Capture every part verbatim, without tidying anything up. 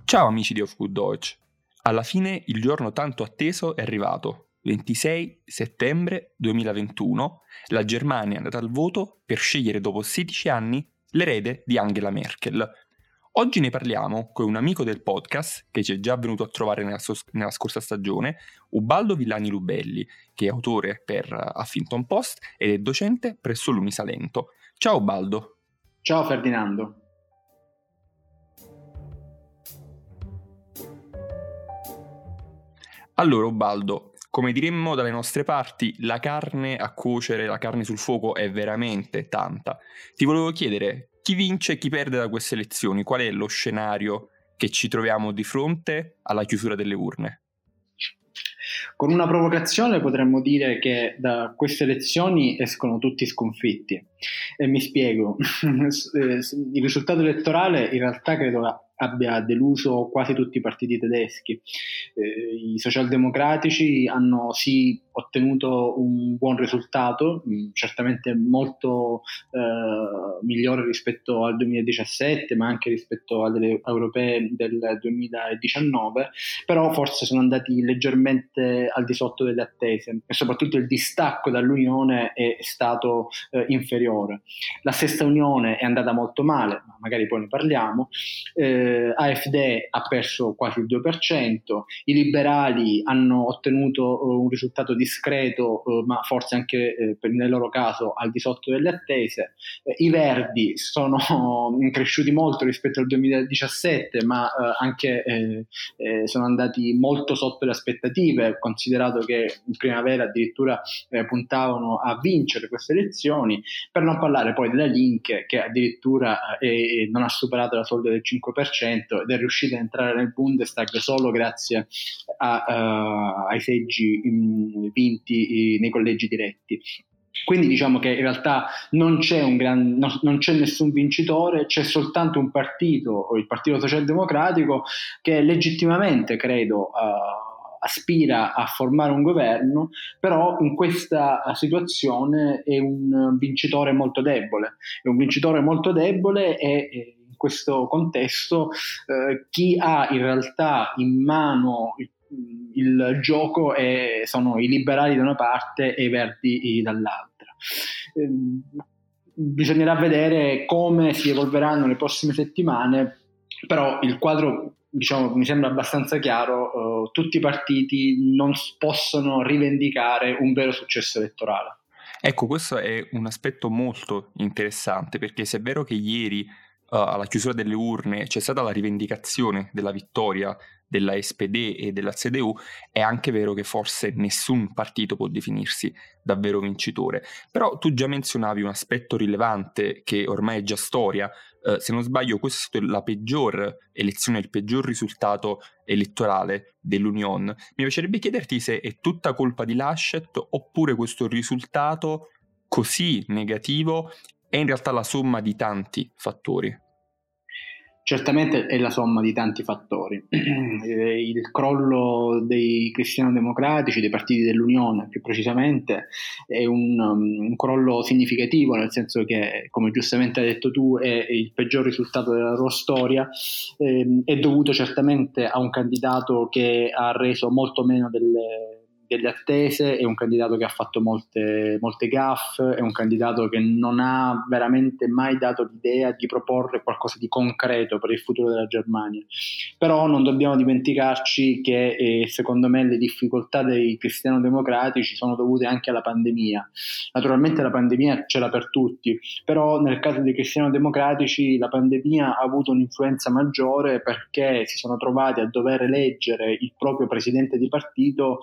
Ciao amici di Off Good Deutsch, alla fine il giorno tanto atteso è arrivato, ventisei settembre duemilaventuno, la Germania è andata al voto per scegliere dopo sedici anni l'erede di Angela Merkel. Oggi ne parliamo con un amico del podcast che ci è già venuto a trovare nella, sos- nella scorsa stagione, Ubaldo Villani Lubelli, che è autore per uh, Huffington Post ed è docente presso l'Unisalento. Ciao Ubaldo. Ciao Ferdinando. Allora Ubaldo, come diremmo dalle nostre parti, la carne a cuocere, la carne sul fuoco è veramente tanta. Ti volevo chiedere, chi vince e chi perde da queste elezioni? Qual è lo scenario che ci troviamo di fronte alla chiusura delle urne? Con una provocazione potremmo dire che da queste elezioni escono tutti sconfitti. E mi spiego. Il risultato elettorale in realtà credo abbia deluso quasi tutti i partiti tedeschi. Eh, I socialdemocratici hanno sì ottenuto un buon risultato, mh, certamente molto eh, migliore rispetto al duemiladiciassette, ma anche rispetto alle europee del duemiladiciannove, però forse sono andati leggermente al di sotto delle attese e soprattutto il distacco dall'Unione è stato eh, inferiore. La stessa Unione è andata molto male, ma magari poi ne parliamo. Eh, AfD ha perso quasi il due per cento, i liberali hanno ottenuto uh, un risultato discreto, uh, ma forse anche eh, per, nel loro caso al di sotto delle attese. Eh, I Verdi sono cresciuti molto rispetto al duemiladiciassette, ma uh, anche eh, eh, sono andati molto sotto le aspettative, considerato che in primavera addirittura eh, puntavano a vincere queste elezioni, per non parlare poi della Linke, che addirittura eh, non ha superato la soglia del cinque per cento ed è riuscita a entrare nel Bundestag solo grazie a, uh, ai seggi um, vinti uh, nei collegi diretti. Quindi diciamo che in realtà non c'è, un gran, no, non c'è nessun vincitore, c'è soltanto un partito, il Partito Socialdemocratico, che legittimamente credo uh, aspira a formare un governo, però in questa situazione è un vincitore molto debole, è un vincitore molto debole e, e in questo contesto eh, chi ha in realtà in mano il, il gioco è, sono i liberali da una parte e i verdi dall'altra. Eh, bisognerà vedere come si evolveranno le prossime settimane, però il quadro, diciamo, mi sembra abbastanza chiaro. Uh, tutti i partiti non possono rivendicare un vero successo elettorale. Ecco, questo è un aspetto molto interessante, perché se è vero che ieri Uh, alla chiusura delle urne c'è stata la rivendicazione della vittoria della S P D e della C D U, è anche vero che forse nessun partito può definirsi davvero vincitore. Però tu già menzionavi un aspetto rilevante che ormai è già storia. Uh, se non sbaglio, questa è la peggior elezione, il peggior risultato elettorale dell'Union. Mi piacerebbe chiederti se è tutta colpa di Laschet oppure questo risultato così negativo è in realtà la somma di tanti fattori. Certamente è la somma di tanti fattori. Il crollo dei cristiano-democratici, dei partiti dell'Unione più precisamente, è un, un crollo significativo, nel senso che, come giustamente hai detto tu, è il peggior risultato della loro storia. Eh, è dovuto certamente a un candidato che ha reso molto meno delle delle attese, è un candidato che ha fatto molte, molte gaffe, è un candidato che non ha veramente mai dato l'idea di proporre qualcosa di concreto per il futuro della Germania. Però non dobbiamo dimenticarci che eh, secondo me le difficoltà dei cristiano-democratici sono dovute anche alla pandemia. Naturalmente la pandemia c'era per tutti, però nel caso dei cristiano-democratici la pandemia ha avuto un'influenza maggiore perché si sono trovati a dover eleggere il proprio presidente di partito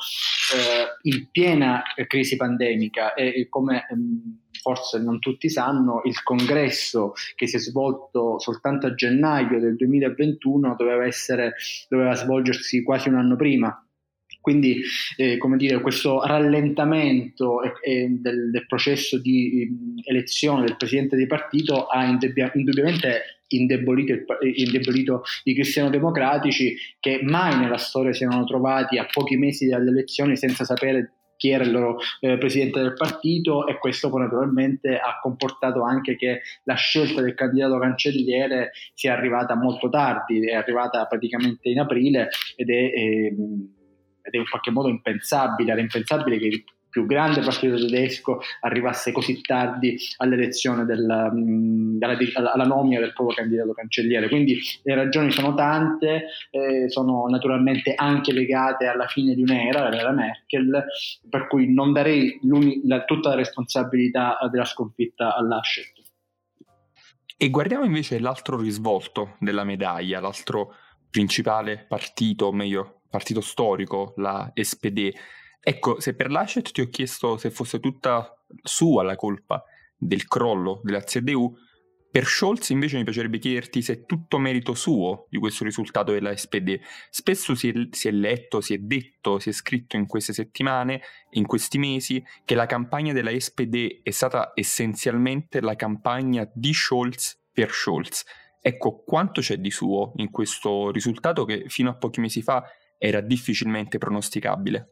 in piena crisi pandemica e, come forse non tutti sanno, il congresso che si è svolto soltanto a gennaio del duemilaventuno doveva essere, doveva svolgersi quasi un anno prima. Quindi, eh, come dire, questo rallentamento eh, eh, del, del processo di eh, elezione del presidente di partito ha indebbia, indubbiamente indebolito, il, indebolito i cristiano-democratici, che mai nella storia si erano trovati a pochi mesi dalle elezioni senza sapere chi era il loro eh, presidente del partito, e questo poi naturalmente ha comportato anche che la scelta del candidato cancelliere sia arrivata molto tardi, è arrivata praticamente in aprile, ed è, eh, ed è in qualche modo impensabile, era impensabile che il più grande partito tedesco arrivasse così tardi all'elezione della, mh, alla, alla nomina del proprio candidato cancelliere. Quindi le ragioni sono tante, eh, sono naturalmente anche legate alla fine di un'era, l'era Merkel, per cui non darei la, tutta la responsabilità della sconfitta all'Laschet. E guardiamo invece l'altro risvolto della medaglia, l'altro principale partito, o meglio partito storico, la S P D. Ecco, se per Laschet ti ho chiesto se fosse tutta sua la colpa del crollo della C D U, per Scholz invece mi piacerebbe chiederti se è tutto merito suo di questo risultato della S P D. Spesso si è, si è letto, si è detto, si è scritto in queste settimane, in questi mesi, che la campagna della S P D è stata essenzialmente la campagna di Scholz per Scholz. Ecco, quanto c'è di suo in questo risultato che fino a pochi mesi fa era difficilmente pronosticabile?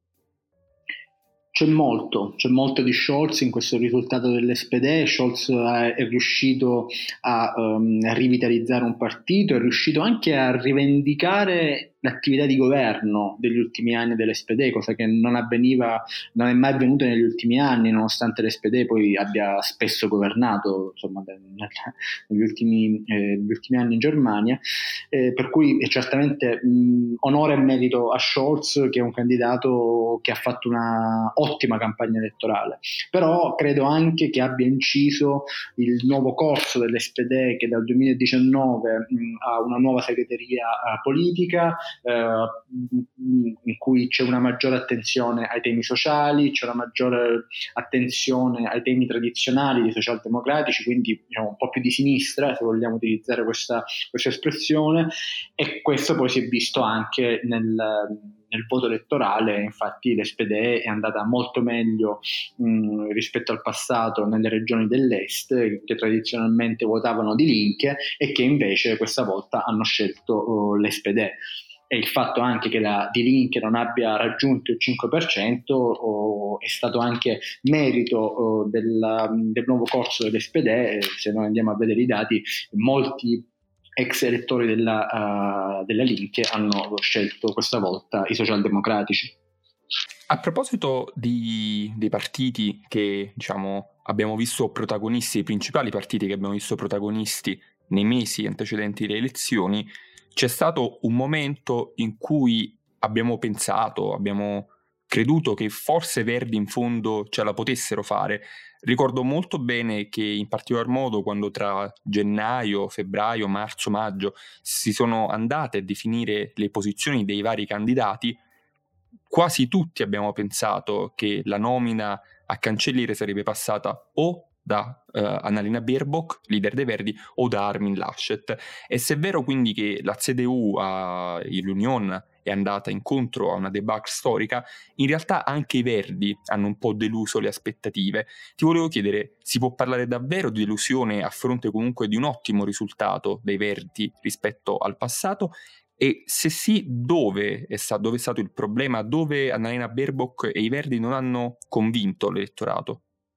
C'è molto, c'è molto di Scholz in questo risultato dell'S P D. Scholz è riuscito a um, rivitalizzare un partito, è riuscito anche a rivendicare l'attività di governo degli ultimi anni dell'S P D, cosa che non avveniva, non è mai avvenuta negli ultimi anni, nonostante l'S P D poi abbia spesso governato, insomma, negli ultimi, eh, negli ultimi anni in Germania, eh, per cui è certamente mh, onore e merito a Scholz, che è un candidato che ha fatto una ottima campagna elettorale. Però credo anche che abbia inciso il nuovo corso dell'S P D, che dal duemiladiciannove mh, ha una nuova segreteria uh, politica, in cui c'è una maggiore attenzione ai temi sociali, c'è una maggiore attenzione ai temi tradizionali dei socialdemocratici, quindi diciamo un po' più di sinistra, se vogliamo utilizzare questa, questa espressione, e questo poi si è visto anche nel, nel voto elettorale. Infatti l'S P D è andata molto meglio mh, rispetto al passato nelle regioni dell'est, che tradizionalmente votavano di Linke e che invece questa volta hanno scelto uh, l'S P D. E il fatto anche che la Die Linke non abbia raggiunto il cinque per cento oh, è stato anche merito oh, del, del nuovo corso dell'S P D. Se noi andiamo a vedere i dati, molti ex elettori della, uh, della Linke hanno scelto questa volta i socialdemocratici. A proposito di, dei partiti che, diciamo, abbiamo visto protagonisti, i principali partiti che abbiamo visto protagonisti nei mesi antecedenti le elezioni, c'è stato un momento in cui abbiamo pensato, abbiamo creduto che forse Verdi in fondo ce la potessero fare. Ricordo molto bene che in particolar modo quando tra gennaio, febbraio, marzo, maggio si sono andate a definire le posizioni dei vari candidati, quasi tutti abbiamo pensato che la nomina a cancelliere sarebbe passata o da uh, Annalena Baerbock, leader dei Verdi, o da Armin Laschet. E se è vero quindi che la C D U, uh, l'Union, è andata incontro a una debacle storica, in realtà anche i Verdi hanno un po' deluso le aspettative. Ti volevo chiedere, si può parlare davvero di delusione a fronte comunque di un ottimo risultato dei Verdi rispetto al passato? E se sì, dove è, sta- dove è stato il problema? Dove Annalena Baerbock e i Verdi non hanno convinto l'elettorato?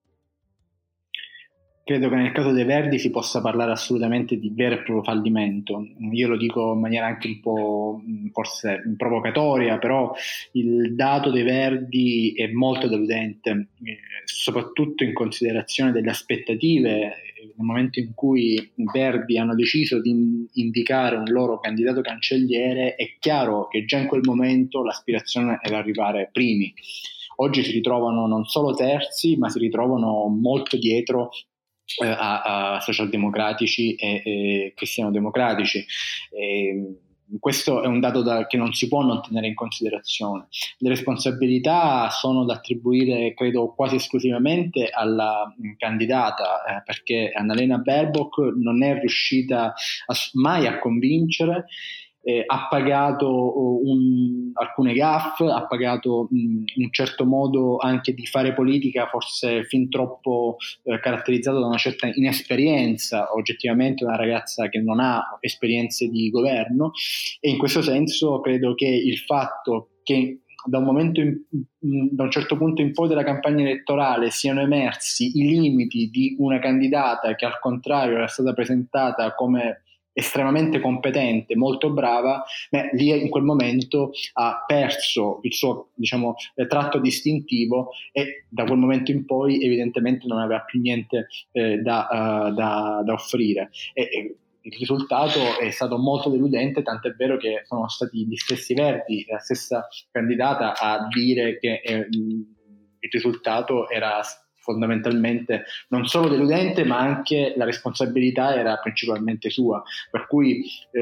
Credo che nel caso dei Verdi si possa parlare assolutamente di vero e proprio fallimento. Io lo dico in maniera anche un po' forse provocatoria, però il dato dei Verdi è molto deludente, eh, soprattutto in considerazione delle aspettative. Nel momento in cui i Verdi hanno deciso di indicare un loro candidato cancelliere, è chiaro che già in quel momento l'aspirazione era arrivare primi. Oggi si ritrovano non solo terzi, ma si ritrovano molto dietro eh, a, a socialdemocratici e, e cristiano-democratici. E, questo è un dato da, che non si può non tenere in considerazione. Le responsabilità sono da attribuire, credo, quasi esclusivamente alla mh, candidata, eh, perché Annalena Baerbock non è riuscita a, mai a convincere. Eh, ha pagato un, alcune gaffe, ha pagato mh, un certo modo anche di fare politica, forse fin troppo eh, caratterizzato da una certa inesperienza. Oggettivamente una ragazza che non ha esperienze di governo, e in questo senso credo che il fatto che da un momento in, da un certo punto in poi della campagna elettorale siano emersi i limiti di una candidata che al contrario era stata presentata come estremamente competente, molto brava, beh, lì in quel momento ha perso il suo, diciamo, tratto distintivo e da quel momento in poi evidentemente non aveva più niente eh, da, uh, da, da offrire. E, e il risultato è stato molto deludente, tant'è vero che sono stati gli stessi Verdi, la stessa candidata, a dire che eh, il risultato era fondamentalmente non solo deludente, ma anche la responsabilità era principalmente sua, per cui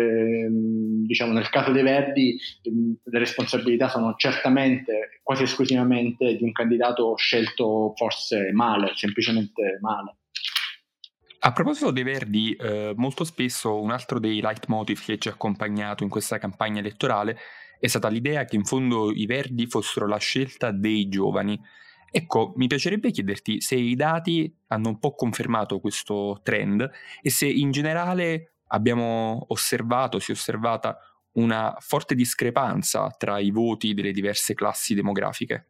ehm, diciamo nel caso dei Verdi ehm, le responsabilità sono certamente quasi esclusivamente di un candidato scelto forse male, semplicemente male. A proposito dei Verdi, eh, molto spesso un altro dei leitmotiv che ci ha accompagnato in questa campagna elettorale è stata l'idea che in fondo i Verdi fossero la scelta dei giovani. Ecco, mi piacerebbe chiederti se i dati hanno un po' confermato questo trend e se in generale abbiamo osservato, si è osservata una forte discrepanza tra i voti delle diverse classi demografiche.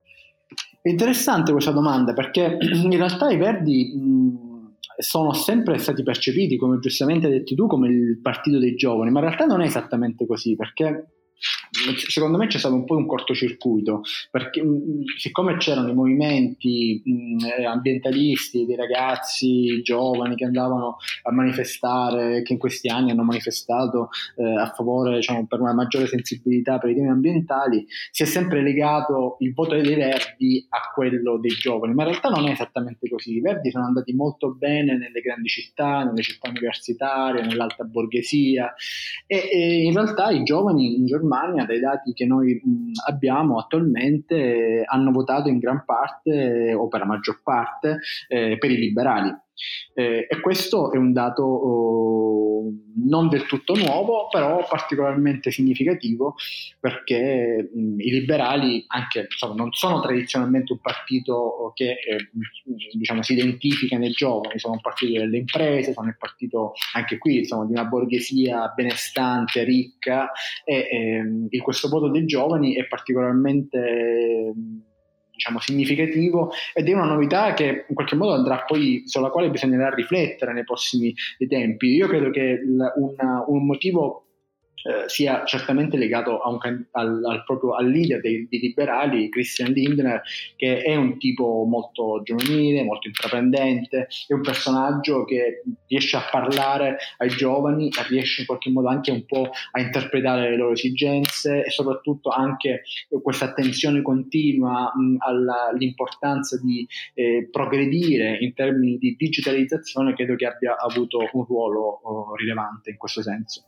È interessante questa domanda perché in realtà i Verdi mh, sono sempre stati percepiti, come giustamente hai detto tu, come il partito dei giovani, ma in realtà non è esattamente così, perché secondo me c'è stato un po' un cortocircuito, perché mh, siccome c'erano i movimenti mh, ambientalisti dei ragazzi giovani che andavano a manifestare, che in questi anni hanno manifestato eh, a favore, diciamo, per una maggiore sensibilità per i temi ambientali, si è sempre legato il voto dei Verdi a quello dei giovani, ma in realtà non è esattamente così. I Verdi sono andati molto bene nelle grandi città, nelle città universitarie, nell'alta borghesia e, e in realtà i giovani in Germania, dai dati che noi mh, abbiamo attualmente, eh, hanno votato in gran parte o per la maggior parte eh, per i liberali. Eh, e questo è un dato oh, non del tutto nuovo, però particolarmente significativo, perché mh, i liberali anche, insomma, non sono tradizionalmente un partito che eh, diciamo, si identifica nei giovani, sono un partito delle imprese, sono il partito anche qui insomma, di una borghesia benestante, ricca, e ehm, questo voto dei giovani è particolarmente diciamo significativo ed è una novità che in qualche modo andrà poi, sulla quale bisognerà riflettere nei prossimi tempi. Io credo che il, una, un motivo eh, sia certamente legato a un, al, al, proprio al leader dei, dei liberali, Christian Lindner, che è un tipo molto giovanile, molto intraprendente, è un personaggio che riesce a parlare ai giovani, riesce in qualche modo anche un po' a interpretare le loro esigenze e soprattutto anche questa attenzione continua mh, alla, all'importanza di eh, progredire in termini di digitalizzazione, credo che abbia avuto un ruolo oh, rilevante in questo senso.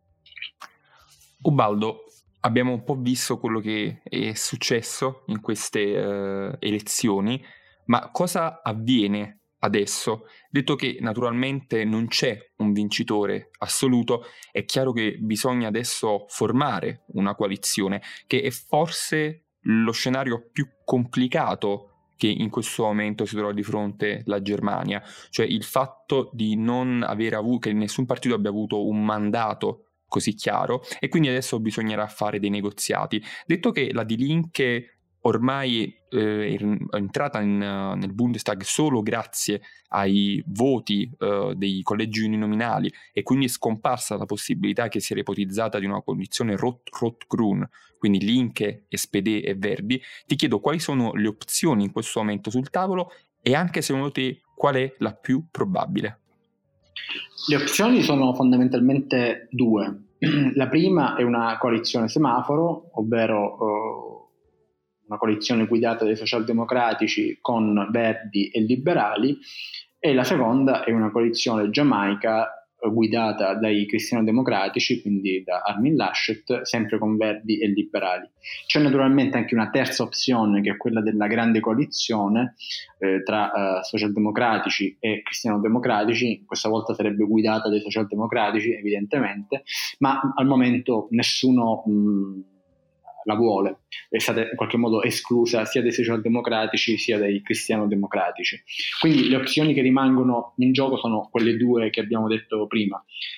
Ubaldo, abbiamo un po' visto quello che è successo in queste uh, elezioni, ma cosa avviene adesso? Detto che naturalmente non c'è un vincitore assoluto, è chiaro che bisogna adesso formare una coalizione, che è forse lo scenario più complicato che in questo momento si trova di fronte la Germania, cioè il fatto di non aver avuto, che nessun partito abbia avuto un mandato così chiaro, e quindi adesso bisognerà fare dei negoziati. Detto che la Die Linke ormai eh, è entrata in, nel Bundestag solo grazie ai voti eh, dei collegi uninominali e quindi è scomparsa la possibilità che sia ipotizzata di una coalizione Rot-Rot-Grün, quindi Linke, S P D e Verdi, ti chiedo quali sono le opzioni in questo momento sul tavolo e anche secondo te qual è la più probabile. Le opzioni sono fondamentalmente due. La prima è una coalizione semaforo, ovvero uh, una coalizione guidata dai socialdemocratici con Verdi e liberali, e la seconda è una coalizione giamaica guidata dai cristiano-democratici, quindi da Armin Laschet, sempre con Verdi e liberali. C'è naturalmente anche una terza opzione, che è quella della grande coalizione eh, tra eh, socialdemocratici e cristiano-democratici. Questa volta sarebbe guidata dai socialdemocratici, evidentemente, ma al momento nessuno mh, la vuole, è stata in qualche modo esclusa sia dai socialdemocratici sia dai cristiano-democratici. Quindi le opzioni che rimangono in gioco sono quelle due che abbiamo detto prima.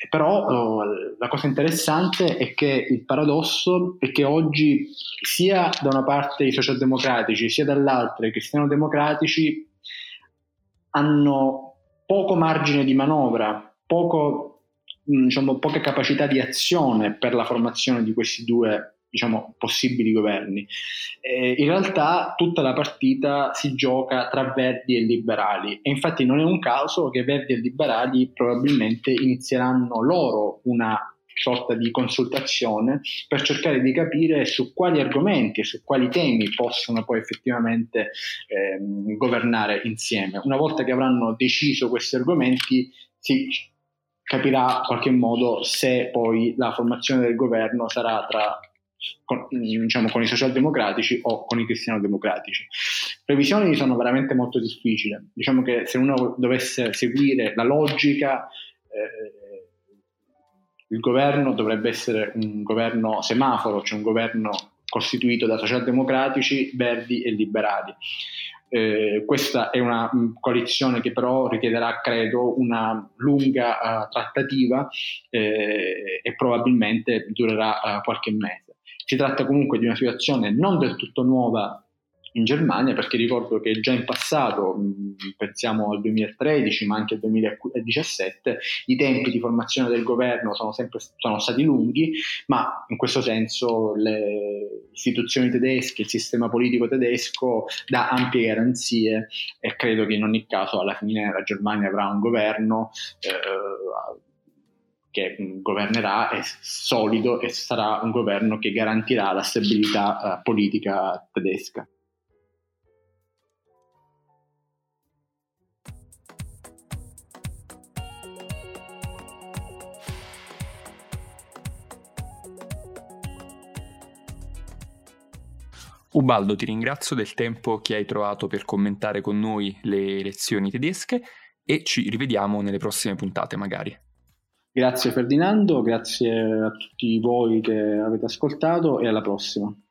Però oh, la cosa interessante è che il paradosso è che oggi sia da una parte i socialdemocratici sia dall'altra i cristiano-democratici hanno poco margine di manovra, poco, diciamo, poca capacità di azione per la formazione di questi due, diciamo, possibili governi. Eh, in realtà tutta la partita si gioca tra Verdi e liberali e infatti non è un caso che Verdi e liberali probabilmente inizieranno loro una sorta di consultazione per cercare di capire su quali argomenti e su quali temi possono poi effettivamente eh, governare insieme. Una volta che avranno deciso questi argomenti si capirà in qualche modo se poi la formazione del governo sarà tra Con, diciamo, con i socialdemocratici o con i cristiano-democratici. Previsioni sono veramente molto difficili. Diciamo che se uno dovesse seguire la logica, eh, il governo dovrebbe essere un governo semaforo, cioè un governo costituito da socialdemocratici, verdi e liberali. Eh, questa è una mh, coalizione che però richiederà, credo, una lunga uh, trattativa eh, e probabilmente durerà uh, qualche mese. Si tratta comunque di una situazione non del tutto nuova in Germania, perché ricordo che già in passato, pensiamo al duemilatredici ma anche al duemiladiciassette, i tempi di formazione del governo sono sempre sono stati lunghi, ma in questo senso le istituzioni tedesche, il sistema politico tedesco dà ampie garanzie e credo che in ogni caso alla fine la Germania avrà un governo eh, che governerà, è solido e sarà un governo che garantirà la stabilità uh, politica tedesca. Ubaldo, ti ringrazio del tempo che hai trovato per commentare con noi le elezioni tedesche e ci rivediamo nelle prossime puntate magari. Grazie Ferdinando, grazie a tutti voi che avete ascoltato e alla prossima.